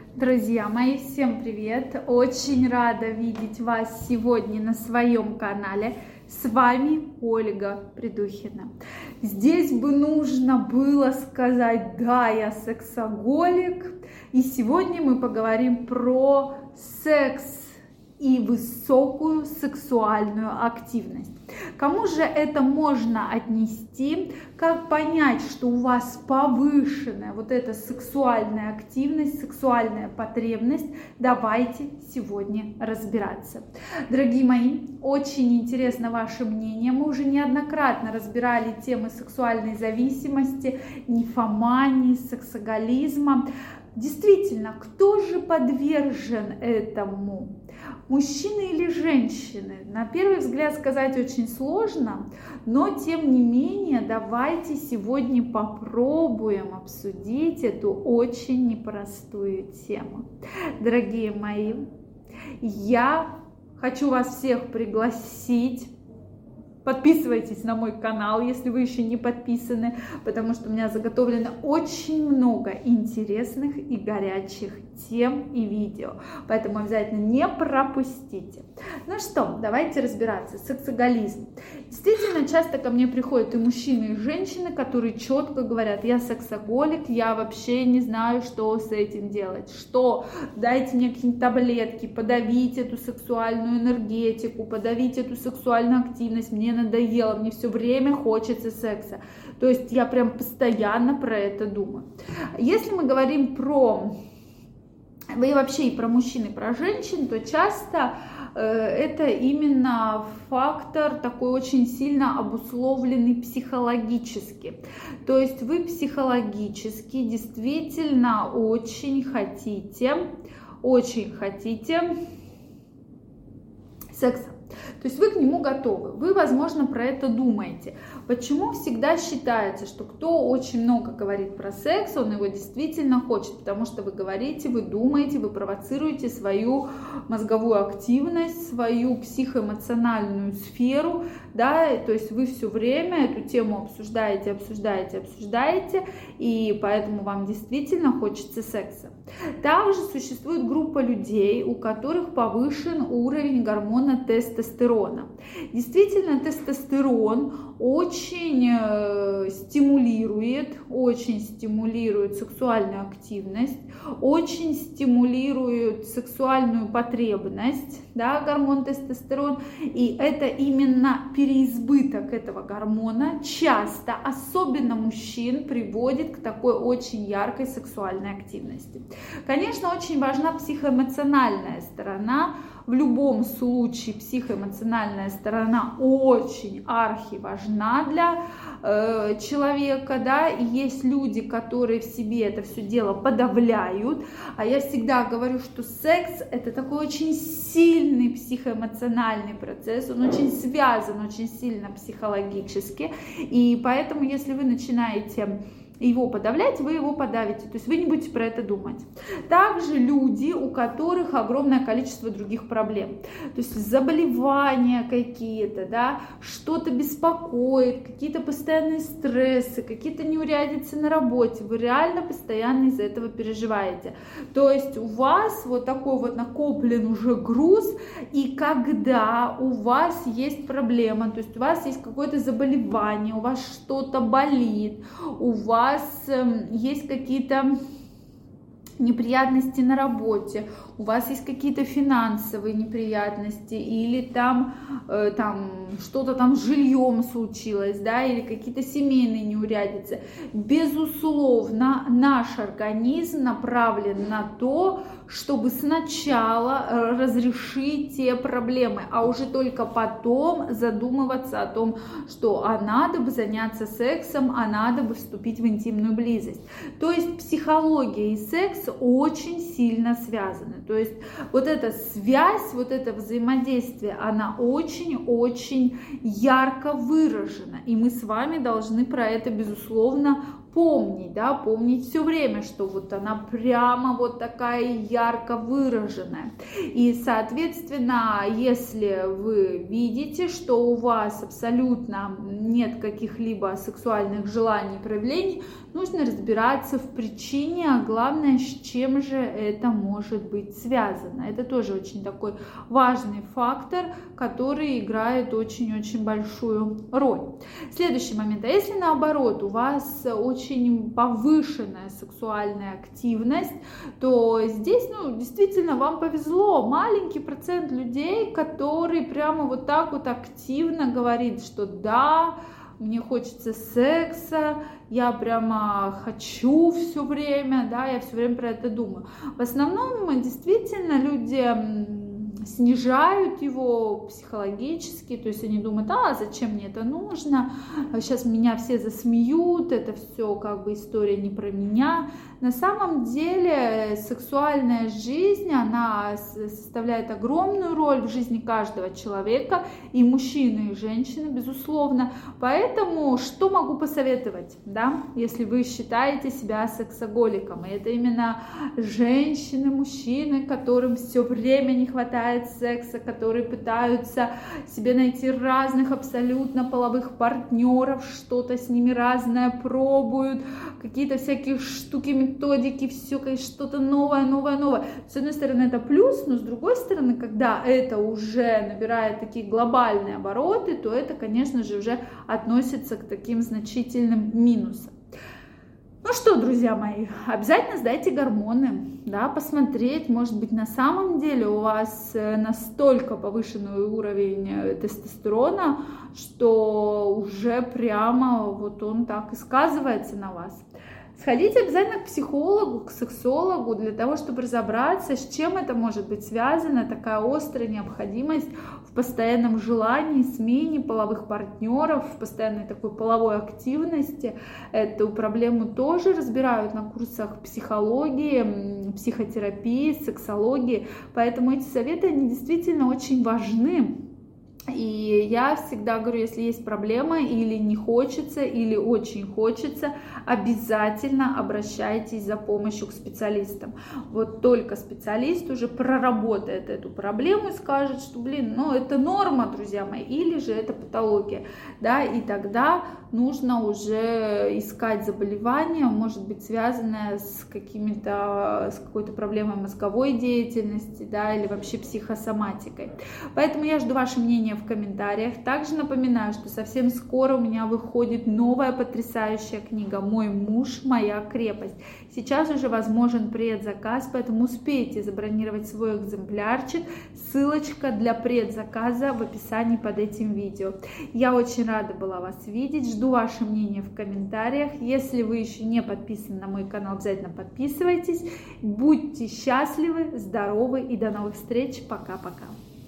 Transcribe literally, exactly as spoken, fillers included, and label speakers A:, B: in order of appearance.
A: Друзья мои, всем привет! Очень рада видеть вас сегодня на своем канале. С вами Ольга Придухина. Здесь бы нужно было сказать: да, я сексоголик. И сегодня мы поговорим про секс и высокую сексуальную активность. Кому же это можно отнести? Как понять, что у вас повышенная вот эта сексуальная активность, сексуальная потребность? Давайте сегодня разбираться. Дорогие мои, очень интересно ваше мнение. Мы уже неоднократно разбирали темы сексуальной зависимости, нимфомании, сексоголизма. Действительно, кто же подвержен этому? Мужчины или женщины? На первый взгляд сказать очень сложно, но тем не менее давайте сегодня попробуем обсудить эту очень непростую тему. Дорогие мои, я хочу вас всех пригласить. Подписывайтесь на мой канал, если вы еще не подписаны, потому что у меня заготовлено очень много интересных и горячих тем и видео, поэтому обязательно не пропустите. Ну что, давайте разбираться. Сексоголизм. Действительно, часто ко мне приходят и мужчины, и женщины, которые четко говорят: я сексоголик, я вообще не знаю, что с этим делать. Что? Дайте мне какие-нибудь таблетки, подавить эту сексуальную энергетику, подавить эту сексуальную активность. Мне надоело, мне все время хочется секса. То есть я прям постоянно про это думаю. Если мы говорим про, и вообще и про мужчин, и про женщин, то часто э, это именно фактор такой очень сильно обусловленный психологически. То есть вы психологически действительно очень хотите, очень хотите секса. То есть вы к нему готовы, вы, возможно, про это думаете. Почему всегда считается, что кто очень много говорит про секс, он его действительно хочет? Потому что вы говорите, вы думаете, вы провоцируете свою мозговую активность, свою психоэмоциональную сферу, да, то есть вы все время эту тему обсуждаете, обсуждаете, обсуждаете, и поэтому вам действительно хочется секса. Также существует группа людей, у которых повышен уровень гормона тестостерона. Действительно, тестостерон очень э, стимулирует, очень стимулирует сексуальную активность, очень стимулирует сексуальную потребность, да, гормон тестостерон. И это именно переизбыток этого гормона часто, особенно мужчин, приводит к такой очень яркой сексуальной активности. Конечно, очень важна психоэмоциональная сторона. В любом случае психоэмоциональная сторона очень архиважна для э, человека, да, и есть люди, которые в себе это все дело подавляют, а я всегда говорю, что секс — это такой очень сильный психоэмоциональный процесс, он очень связан очень сильно психологически, и поэтому, если вы начинаете его подавлять, вы его подавите, то есть вы не будете про это думать. Также люди, у которых огромное количество других проблем, то есть заболевания какие-то, да, что-то беспокоит, какие-то постоянные стрессы, какие-то неурядицы на работе, вы реально постоянно из-за этого переживаете. То есть у вас вот такой вот накоплен уже груз, и когда у вас есть проблема, то есть у вас есть какое-то заболевание, у вас что-то болит, у вас У вас есть какие-то неприятности на работе, у вас есть какие-то финансовые неприятности, или там, э, там что-то там с жильем случилось, да, или какие-то семейные неурядицы. Безусловно, наш организм направлен на то, чтобы сначала разрешить те проблемы, а уже только потом задумываться о том, что а надо бы заняться сексом, а надо бы вступить в интимную близость. То есть психология и секс очень сильно связаны. То есть вот эта связь, вот это взаимодействие, она очень-очень ярко выражена. И мы с вами должны про это, безусловно, помнить, да, помнить все время, что вот она прямо вот такая ярко выраженная. И, соответственно, если вы видите, что у вас абсолютно нет каких-либо сексуальных желаний, проявлений, нужно разбираться в причине, а главное, с чем же это может быть связано. Это тоже очень такой важный фактор, который играет очень-очень большую роль. Следующий момент. А если наоборот у вас очень повышенная сексуальная активность, то здесь, ну, действительно вам повезло. Маленький процент людей, который прямо вот так вот активно говорит, что да, мне хочется секса, я прямо хочу все время, да, я все время про это думаю. В основном действительно люди снижают его психологически, то есть они думают, а зачем мне это нужно, сейчас меня все засмеют, это все как бы история не про меня. На самом деле сексуальная жизнь, она составляет огромную роль в жизни каждого человека, и мужчины, и женщины, безусловно. Поэтому что могу посоветовать, да, если вы считаете себя сексоголиком, и это именно женщины, мужчины, которым все время не хватает секса, которые пытаются себе найти разных абсолютно половых партнеров, что-то с ними разное пробуют, какие-то всякие штуки, методики, все, что-то новое, новое, новое. С одной стороны, это плюс, но с другой стороны, когда это уже набирает такие глобальные обороты, то это, конечно же, уже относится к таким значительным минусам. Ну что, друзья мои, обязательно сдайте гормоны, да, посмотреть, может быть, на самом деле у вас настолько повышенный уровень тестостерона, что уже прямо вот он так и сказывается на вас. Сходите обязательно к психологу, к сексологу, для того, чтобы разобраться, с чем это может быть связано, такая острая необходимость в постоянном желании, смене половых партнеров, в постоянной такой половой активности. Эту проблему тоже разбирают на курсах психологии, психотерапии, сексологии, поэтому эти советы, они действительно очень важны. И я всегда говорю, если есть проблема или не хочется, или очень хочется, обязательно обращайтесь за помощью к специалистам. Вот только специалист уже проработает эту проблему и скажет, что, блин, ну это норма, друзья мои, или же это патология, да, и тогда нужно уже искать заболевание, может быть, связанное с какими-то, с какой-то проблемой мозговой деятельности, да, или вообще психосоматикой. Поэтому я жду ваше мнение в комментариях. Также напоминаю, что совсем скоро у меня выходит новая потрясающая книга «Мой муж, моя крепость». Сейчас уже возможен предзаказ, поэтому успейте забронировать свой экземплярчик. Ссылочка для предзаказа в описании под этим видео. Я очень рада была вас видеть. Жду ваше мнение в комментариях. Если вы еще не подписаны на мой канал, обязательно подписывайтесь. Будьте счастливы, здоровы и до новых встреч. Пока-пока.